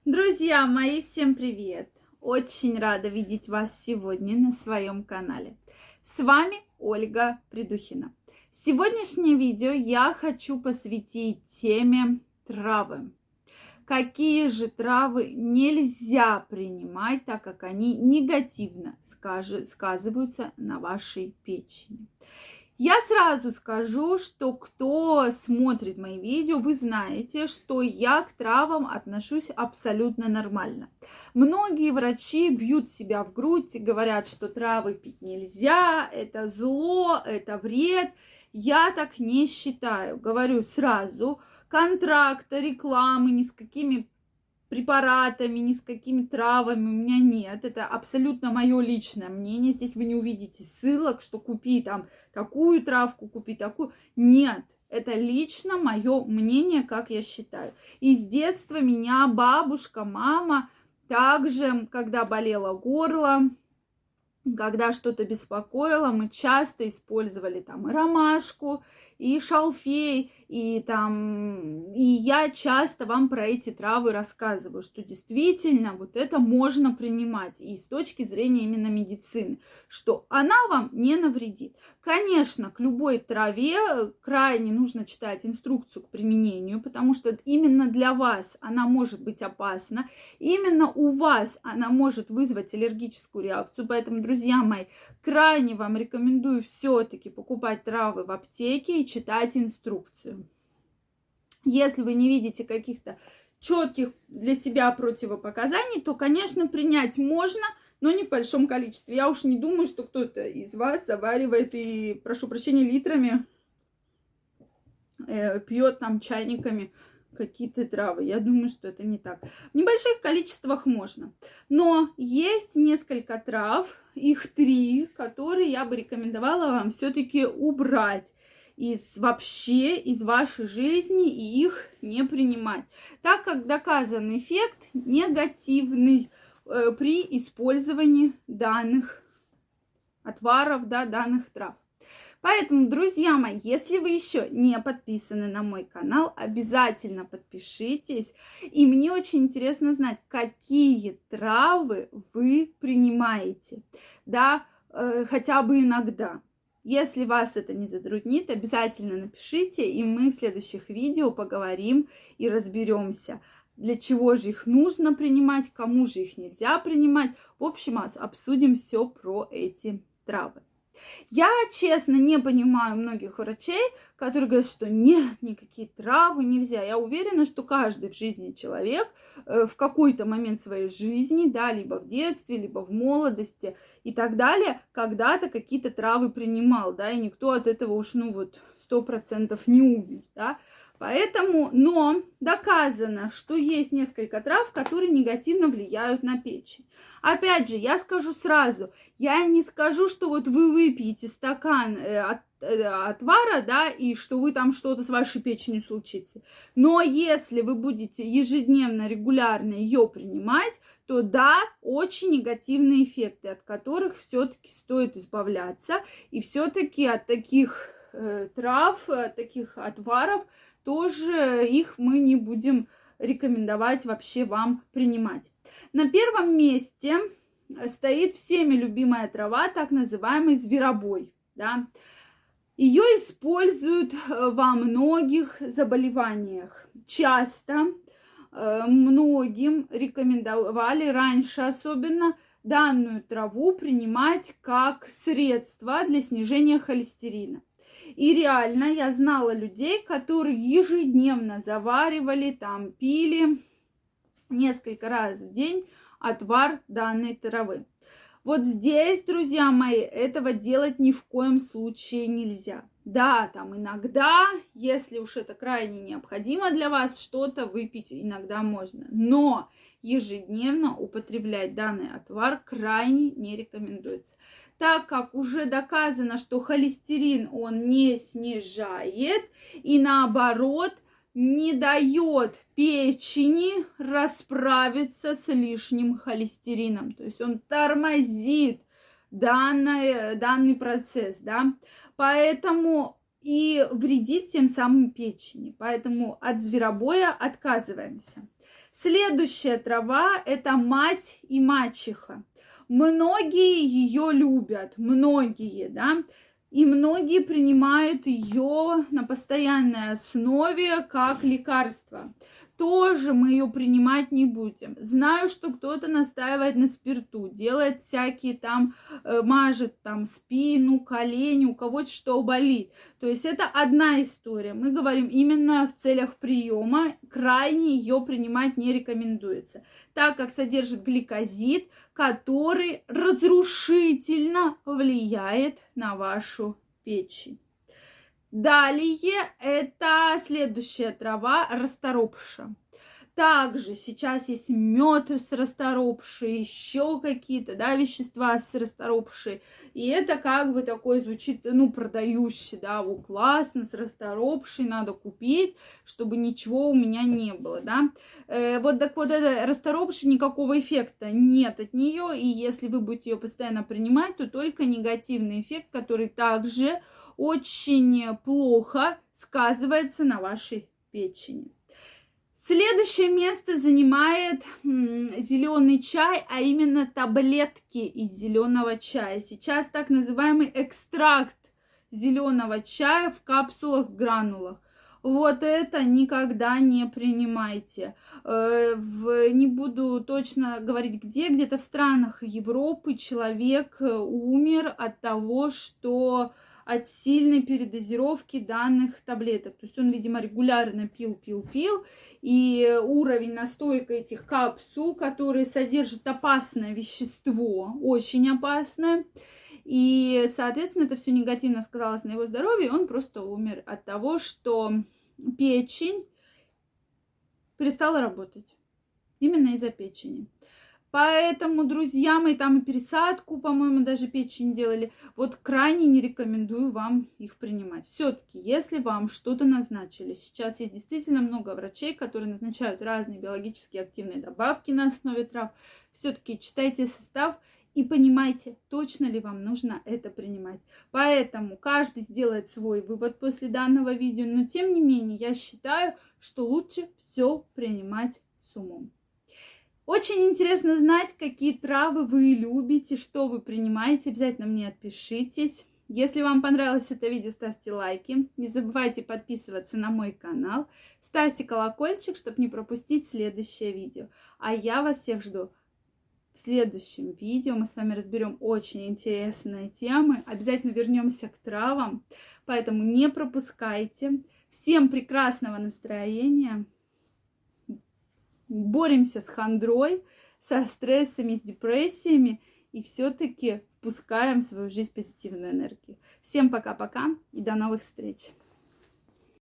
Друзья мои, всем привет! Очень рада видеть вас сегодня на своем канале. С вами Ольга Придухина. Сегодняшнее видео я хочу посвятить теме травы. Какие же травы нельзя принимать, так как они негативно сказываются на вашей печени. Я сразу скажу, что кто смотрит мои видео, вы знаете, что я к травам отношусь абсолютно нормально. Многие врачи бьют себя в грудь и говорят, что травы пить нельзя, это зло, это вред. Я так не считаю. Говорю сразу, контракта, рекламы ни с какими препаратами, ни с какими травами у меня нет. Это абсолютно мое личное мнение. Здесь вы не увидите ссылок, что купи там такую травку, купи такую. Нет, это лично мое мнение, как я считаю. И с детства меня бабушка, мама, также, когда болело горло, когда что-то беспокоило, мы часто использовали там и ромашку, и шалфей, и я часто вам про эти травы рассказываю, что действительно вот это можно принимать и с точки зрения именно медицины, что она вам не навредит. Конечно, к любой траве крайне нужно читать инструкцию к применению, потому что именно для вас она может быть опасна, именно у вас она может вызвать аллергическую реакцию, поэтому, друзья мои, крайне вам рекомендую все-таки покупать травы в аптеке и читать инструкцию. Если вы не видите каких-то четких для себя противопоказаний, то, конечно, принять можно, но не в большом количестве. Я уж не думаю, что кто-то из вас заваривает и, прошу прощения, литрами пьет там чайниками какие-то травы. Я думаю, что это не так. В небольших количествах можно. Но есть несколько трав, их 3, которые я бы рекомендовала вам все-таки убрать вообще из вашей жизни и их не принимать. Так как доказан эффект негативный при использовании данных отваров, данных трав. Поэтому, друзья мои, если вы еще не подписаны на мой канал, обязательно подпишитесь. И мне очень интересно знать, какие травы вы принимаете, хотя бы иногда. Если вас это не затруднит, обязательно напишите, и мы в следующих видео поговорим и разберемся, для чего же их нужно принимать, кому же их нельзя принимать. В общем, обсудим все про эти травы. Я, честно, не понимаю многих врачей, которые говорят, что нет, никакие травы нельзя. Я уверена, что каждый в жизни человек в какой-то момент своей жизни, либо в детстве, либо в молодости и так далее, когда-то какие-то травы принимал, и никто от этого уж, 100% не умер, Поэтому, но доказано, что есть несколько трав, которые негативно влияют на печень. Опять же, я скажу сразу, я не скажу, что вот вы выпьете стакан отвара, и что вы там что-то с вашей печенью случится. Но если вы будете ежедневно, регулярно ее принимать, то очень негативные эффекты, от которых все-таки стоит избавляться. И все-таки от таких трав, от таких отваров, тоже их мы не будем рекомендовать вообще вам принимать. На первом месте стоит всеми любимая трава, так называемый зверобой. Ее используют во многих заболеваниях. Часто многим рекомендовали, раньше особенно, данную траву принимать как средство для снижения холестерина. И реально я знала людей, которые ежедневно заваривали, пили несколько раз в день отвар данной травы. Вот здесь, друзья мои, этого делать ни в коем случае нельзя. Иногда, если уж это крайне необходимо для вас, что-то выпить иногда можно. Но ежедневно употреблять данный отвар крайне не рекомендуется. Так как уже доказано, что холестерин он не снижает и наоборот не дает печени расправиться с лишним холестерином. То есть он тормозит данный процесс, Поэтому и вредит тем самым печени. Поэтому от зверобоя отказываемся. Следующая трава – это мать и мачеха. Многие ее любят, многие, да, и многие принимают ее на постоянной основе как лекарство. Тоже мы ее принимать не будем. Знаю, что кто-то настаивает на спирту, делает всякие там, мажет там спину, колени, у кого-то что болит. То есть это одна история. Мы говорим именно в целях приема. Крайне ее принимать не рекомендуется, так как содержит гликозид, который разрушительно влияет на вашу печень. Далее это следующая трава расторопша. Также сейчас есть мед с расторопшей, еще какие-то, да, вещества с расторопшей. И это как бы такой звучит, ну, продающий, да, вот классно, с расторопшей надо купить, чтобы ничего у меня не было, да. Вот так вот это расторопшей никакого эффекта нет от нее. И если вы будете ее постоянно принимать, то только негативный эффект, который также очень плохо сказывается на вашей печени. Следующее место занимает зеленый чай, а именно таблетки из зеленого чая. Сейчас так называемый экстракт зеленого чая в капсулах, гранулах. Вот это никогда не принимайте. Не буду точно говорить где, где-то в странах Европы человек умер от того, что от сильной передозировки данных таблеток. То есть он, видимо, регулярно пил, и уровень, настойка этих капсул, которые содержат опасное вещество, очень опасное, и, соответственно, это все негативно сказалось на его здоровье, и он просто умер от того, что печень перестала работать. Именно из-за печени. Поэтому, друзья мои, там и пересадку, по-моему, даже печень делали. Вот крайне не рекомендую вам их принимать. Все-таки, если вам что-то назначили, сейчас есть действительно много врачей, которые назначают разные биологически активные добавки на основе трав. Все-таки читайте состав и понимайте, точно ли вам нужно это принимать. Поэтому каждый сделает свой вывод после данного видео. Но, тем не менее, я считаю, что лучше все принимать с умом. Очень интересно знать, какие травы вы любите, что вы принимаете. Обязательно мне отпишитесь. Если вам понравилось это видео, ставьте лайки. Не забывайте подписываться на мой канал. Ставьте колокольчик, чтобы не пропустить следующее видео. А я вас всех жду в следующем видео. Мы с вами разберем очень интересные темы. Обязательно вернемся к травам. Поэтому не пропускайте. Всем прекрасного настроения. Боремся с хандрой, со стрессами, с депрессиями и все-таки впускаем в свою жизнь позитивную энергию. Всем пока-пока и до новых встреч!